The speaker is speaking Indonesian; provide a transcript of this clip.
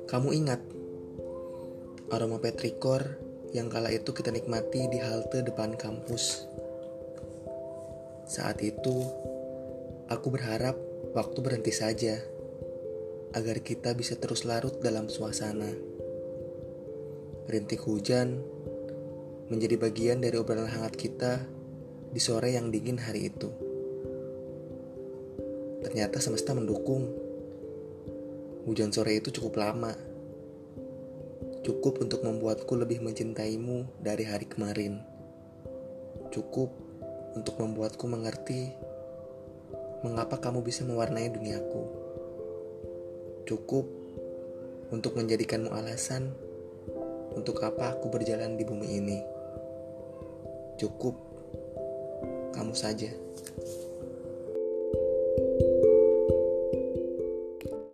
Kamu ingat aroma petrikor yang kala itu kita nikmati di halte depan kampus. Saat itu, aku berharap waktu berhenti saja, agar kita bisa terus larut dalam suasana. Rintik hujan menjadi bagian dari obrolan hangat kita di sore yang dingin hari itu. Ternyata semesta mendukung. Hujan sore itu cukup lama. Cukup untuk membuatku lebih mencintaimu dari hari kemarin. Cukup untuk membuatku mengerti mengapa kamu bisa mewarnai duniaku. Cukup untuk menjadikanmu alasan untuk apa aku berjalan di bumi ini. Cukup, kamu saja.